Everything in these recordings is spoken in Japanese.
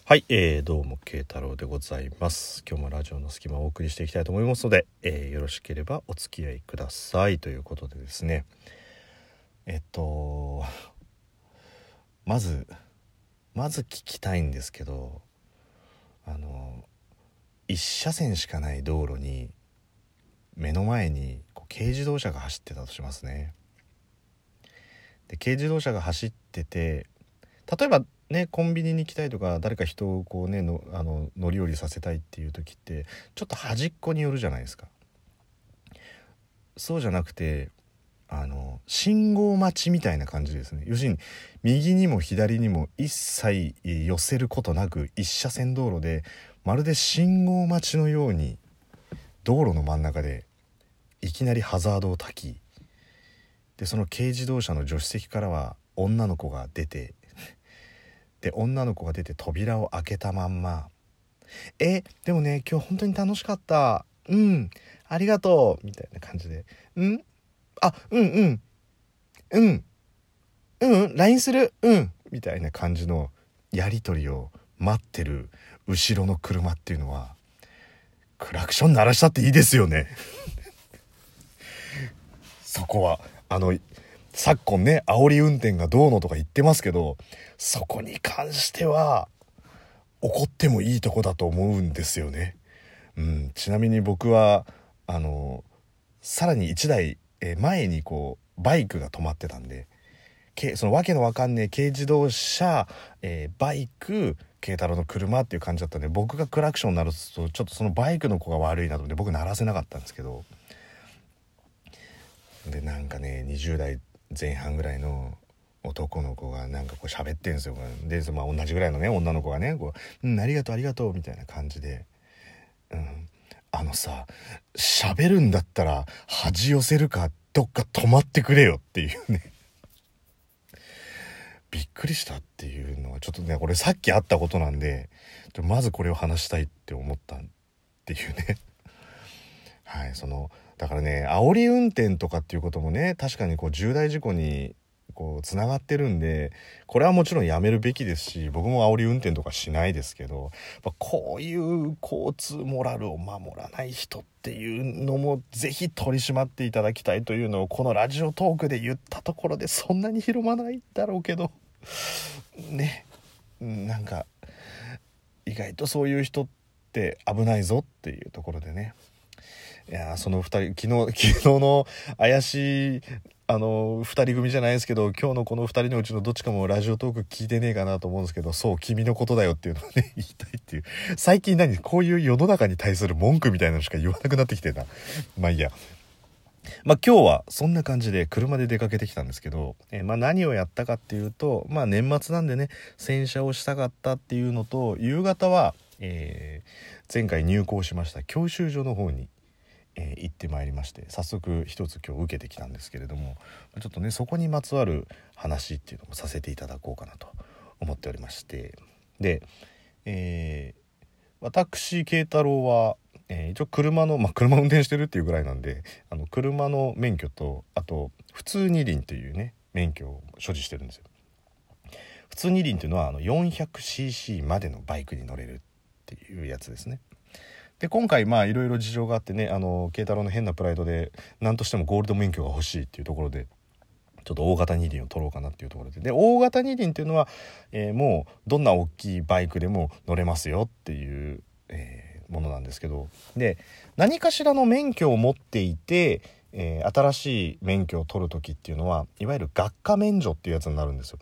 はい、どうも慶太郎でございます。今日もラジオの隙間をお送りしていきたいと思いますので、よろしければお付き合いくださいということでですね、まず聞きたいんですけど、一車線しかない道路に目の前に軽自動車が走ってたとしますね。で、軽自動車が走ってて、例えばね、コンビニに行きたいとか、誰か人を乗り降りさせたいっていう時ってちょっと端っこに寄るじゃないですか。そうじゃなくて信号待ちみたいな感じですね。要するに右にも左にも一切寄せることなく一車線道路で、まるで信号待ちのように道路の真ん中でいきなりハザードを焚き、でその軽自動車の助手席からは女の子が出て、で女の子が出て扉を開けたまんま、でもね、今日本当に楽しかった、ありがとうみたいな感じで、LINE するみたいな感じのやり取りを待ってる後ろの車っていうのは、クラクション鳴らしたっていいですよねそこは昨今ね、煽り運転がどうのとか言ってますけど、そこに関しては怒ってもいいとこだと思うんですよね。ちなみに僕はさらに1台前にバイクが止まってたんで、そのわけのわかんねえ軽自動車、バイク、軽太郎の車っていう感じだったんで、僕がクラクション鳴らすとちょっとそのバイクの子が悪いなと思って僕鳴らせなかったんですけど、でなんかね、20代前半ぐらいの男の子がなんか喋ってんですよ。で、同じぐらいのね女の子がね、ありがとうありがとうみたいな感じで、喋るんだったら恥寄せるかどっか止まってくれよっていうねびっくりしたっていうのは、ちょっとね、これさっきあったことなんで、まずこれを話したいって思ったっていうねはい、だからね、煽り運転とかっていうこともね、確かに重大事故につながってるんで、これはもちろんやめるべきですし、僕も煽り運転とかしないですけど、こういう交通モラルを守らない人っていうのもぜひ取り締まっていただきたいというのを、このラジオトークで言ったところでそんなに広まないだろうけどね、なんか意外とそういう人って危ないぞっていうところでね、いや、その2人、昨日の怪しい2人組じゃないですけど、今日のこの2人のうちのどっちかもラジオトーク聞いてねえかなと思うんですけど、そう君のことだよっていうのをね言いたいっていう、最近こういう世の中に対する文句みたいなのしか言わなくなってきてな。まあいいや。今日はそんな感じで車で出かけてきたんですけど、何をやったかっていうと、年末なんでね、洗車をしたかったっていうのと、夕方は、前回入校しました教習所の方に行ってまいりまして、早速一つ今日受けてきたんですけれども、ちょっとね、そこにまつわる話っていうのもさせていただこうかなと思っておりまして、で、私慶太郎は、一応車運転してるっていうぐらいなんで、車の免許と、あと普通二輪っていうね免許を所持してるんですよ。普通二輪っていうのは400cc までのバイクに乗れるっていうやつですね。で今回いろいろ事情があってね、慶太郎の変なプライドで何としてもゴールド免許が欲しいっていうところで、ちょっと大型二輪を取ろうかなっていうところで、大型二輪っていうのは、もうどんな大きいバイクでも乗れますよっていう、ものなんですけど、で何かしらの免許を持っていて、新しい免許を取る時っていうのは、いわゆる学科免除っていうやつになるんですよ。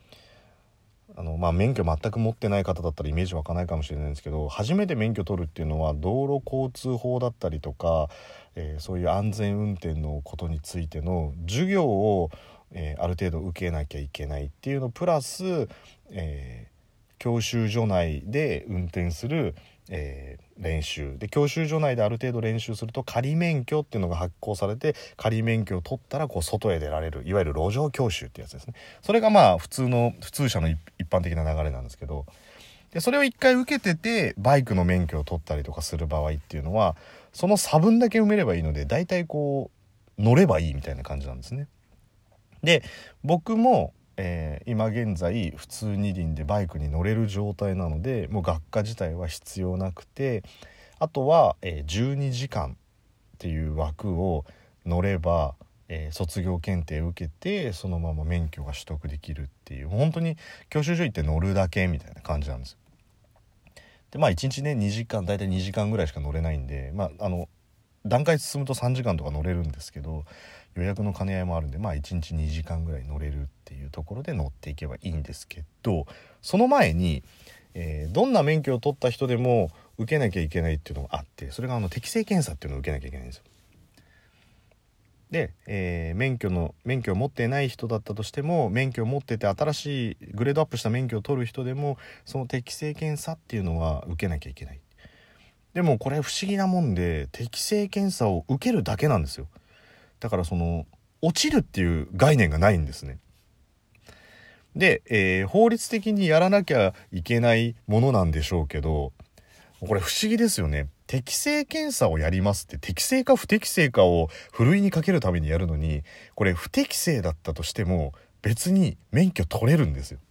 免許全く持ってない方だったらイメージ湧かないかもしれないんですけど、初めて免許取るっていうのは道路交通法だったりとか、そういう安全運転のことについての授業を、ある程度受けなきゃいけないっていうのプラス、教習所内で運転する、練習で、教習所内である程度練習すると仮免許っていうのが発行されて、仮免許を取ったら外へ出られる、いわゆる路上教習ってやつですね。それが普通車の一般的な流れなんですけど、でそれを一回受けててバイクの免許を取ったりとかする場合っていうのは、その差分だけ埋めればいいので、だいたい乗ればいいみたいな感じなんですね。で僕も今現在普通二輪でバイクに乗れる状態なので、もう学科自体は必要なくて、あとは、12時間っていう枠を乗れば、卒業検定を受けてそのまま免許が取得できるっていう、本当に教習所行って乗るだけみたいな感じなんですよ。で1日ね2時間、大体2時間ぐらいしか乗れないんで、段階進むと3時間とか乗れるんですけど、予約の兼ね合いもあるんで、1日2時間ぐらい乗れるっていうところで乗っていけばいいんですけど、その前に、どんな免許を取った人でも受けなきゃいけないっていうのがあって、それが適性検査っていうのを受けなきゃいけないんですよ。で、免許を持ってない人だったとしても、免許を持ってて新しいグレードアップした免許を取る人でも、その適性検査っていうのは受けなきゃいけない。でもこれ不思議なもんで、適性検査を受けるだけなんですよ。だから落ちるっていう概念がないんですね。で、法律的にやらなきゃいけないものなんでしょうけど、これ不思議ですよね。適正検査をやりますって、適正か不適正かをふるいにかけるためにやるのに、これ不適正だったとしても別に免許取れるんですよ。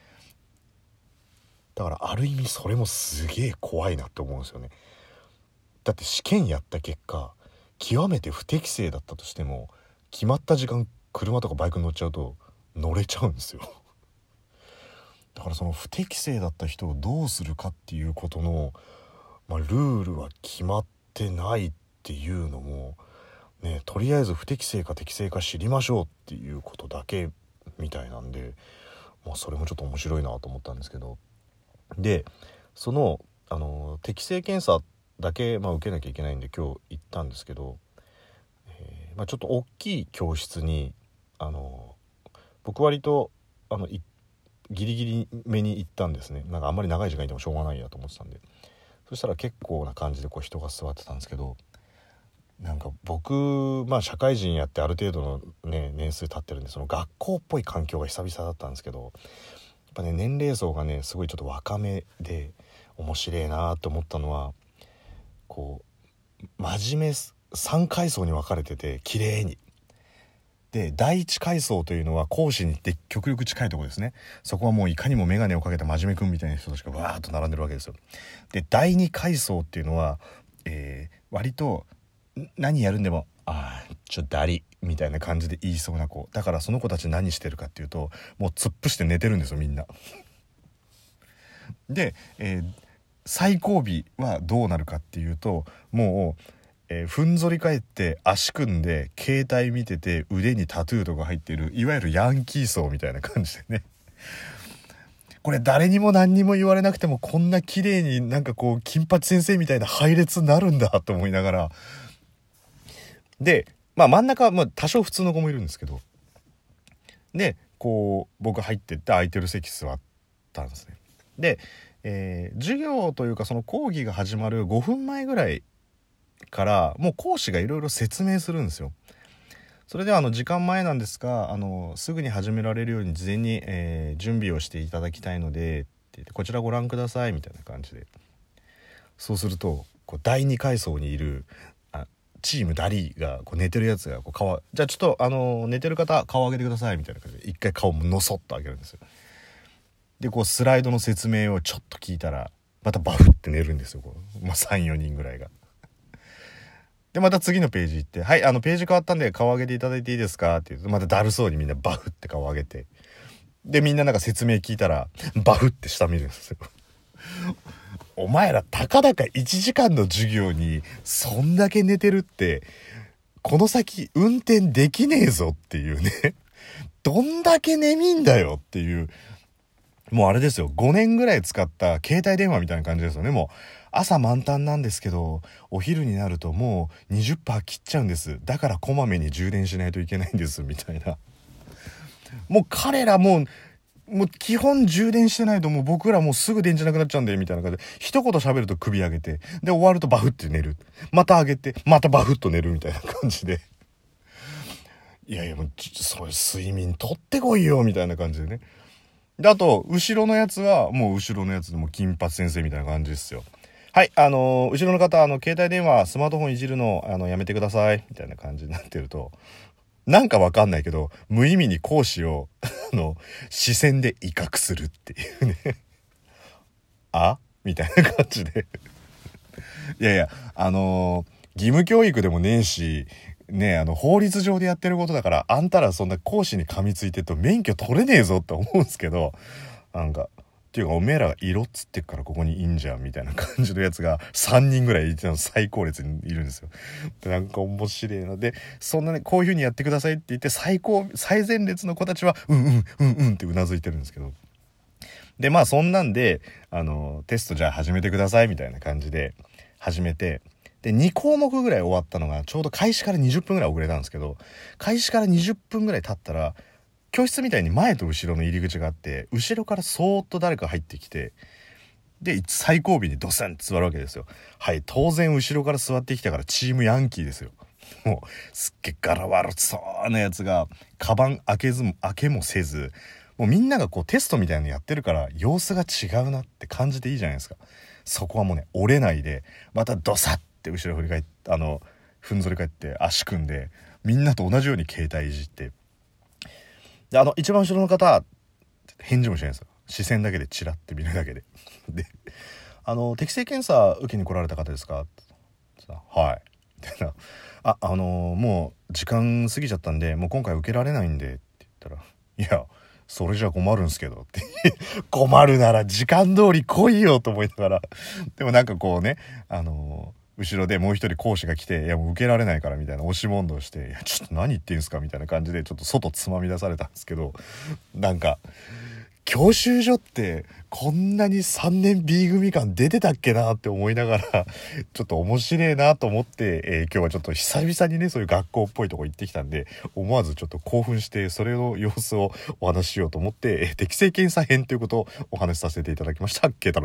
だからある意味それもすげえ怖いなって思うんですよね。だって試験やった結果、極めて不適正だったとしても、決まった時間車とかバイクに乗っちゃうと乗れちゃうんですよ。だからその不適正だった人をどうするかっていうことの、ルールは決まってないっていうのもね、とりあえず不適正か適正か知りましょうっていうことだけみたいなんで、それもちょっと面白いなと思ったんですけど、でその適正検査だけ、受けなきゃいけないんで今日行ったんですけど、ちょっと大きい教室に僕割とギリギリ目に行ったんですね。あんまり長い時間いてもしょうがないやと思ってたんで、そしたら結構な感じで人が座ってたんですけど、僕社会人やってある程度のね年数経ってるんで、その学校っぽい環境が久々だったんですけど、やっぱね年齢層がねすごいちょっと若めで面白いなと思ったのは、真面目3階層に分かれてて綺麗に、で第一階層というのは講師に極力近いところですね。そこはもういかにも眼鏡をかけた真面目くんみたいな人たちがわーっと並んでるわけですよ。で第二階層っていうのは、割と何やるんでもちょっとだりみたいな感じで言いそうな子だから、その子たち何してるかっていうと、もう突っ伏して寝てるんですよみんな。で、最後尾はどうなるかっていうと、もうふんぞり返って足組んで携帯見てて腕にタトゥーとか入っている、いわゆるヤンキー層みたいな感じでね、これ誰にも何にも言われなくてもこんな綺麗に金八先生みたいな配列になるんだと思いながら、で真ん中は多少普通の子もいるんですけど、で僕入ってって空いてる席座ったんですね。で、授業というかその講義が始まる5分前ぐらいからもう講師がいろいろ説明するんですよ。それで時間前なんですがすぐに始められるように事前に、準備をしていただきたいのでって言って、こちらご覧くださいみたいな感じで、そうすると第2階層にいるチームダリーが寝てるやつがじゃあちょっと寝てる方顔上げてくださいみたいな感じで一回顔のそっと上げるんですよ。でスライドの説明をちょっと聞いたらまたバフって寝るんですよ。3、4人ぐらいが。でまた次のページ行って、はいページ変わったんで顔上げていただいていいですかって言うと、まただるそうにみんなバフって顔上げて、でみんな説明聞いたらバフって下見るんですよ。お前らたかだか1時間の授業にそんだけ寝てるって、この先運転できねえぞっていうねどんだけ眠いんだよっていう、もうあれですよ、5年ぐらい使った携帯電話みたいな感じですよね。もう朝満タンなんですけどお昼になるともう 20% 切っちゃうんです、だからこまめに充電しないといけないんですみたいな。もう彼らもう基本充電してないともう僕らもうすぐ電池なくなっちゃうんでみたいな感じで、一言喋ると首上げて、で終わるとバフって寝る、また上げてまたバフっと寝るみたいな感じで、いやいやもうそういう睡眠取ってこいよみたいな感じでね。であと後ろのやつはもう後ろのやつでも金八先生みたいな感じですよ。はい、後ろの方携帯電話スマートフォンいじるのやめてくださいみたいな感じになってると、 なんかわかんないけど、無意味に講師を、視線で威嚇するっていうね。あみたいな感じで。いやいや、義務教育でもねえし、ね、法律上でやってることだから、あんたらそんな講師に噛みついてると免許取れねえぞって思うんですけど、なんか、っていうかおめえらが色っつってっからここにいいんじゃんみたいな感じのやつが3人ぐらいいての最高列にいるんですよ。でなんか面白いので、そんなね、こういう風にやってくださいって言って最前列の子たちはうんうんうんうんってうなずいてるんですけど、でまあそんなんでテストじゃあ始めてくださいみたいな感じで始めて、で2項目ぐらい終わったのがちょうど開始から20分ぐらい遅れたんですけど、開始から20分ぐらい経ったら教室みたいに前と後ろの入り口があって、後ろからそーっと誰か入ってきて、で最後尾にドスンって座るわけですよ。はい、当然後ろから座ってきたからチームヤンキーですよ。もうすっげえ柄悪そうなやつがカバン開けもせず、もうみんながこうテストみたいなのやってるから様子が違うなって感じていいじゃないですか。そこはもうね折れないで、またドサッて後ろ振り返ってふんぞり返って足組んで、みんなと同じように携帯いじって、で一番後ろの方返事もしないんですよ。視線だけでチラって見るだけでで適正検査受けに来られた方ですかってさ、はいみたいな、もう時間過ぎちゃったんでもう今回受けられないんでって言ったら、いやそれじゃ困るんすけどって困るなら時間通り来いよと思いながら、でもなんかこうね、後ろでもう一人講師が来て、いやもう受けられないからみたいな押し問答して、いやちょっと何言ってんすかみたいな感じでちょっと外つまみ出されたんですけど、なんか教習所ってこんなに3年 B 組感出てたっけなって思いながらちょっと面白いなと思って、今日はちょっと久々にねそういう学校っぽいとこ行ってきたんで、思わずちょっと興奮してそれの様子をお話ししようと思って、適正検査編ということをお話しさせていただきました。慶太郎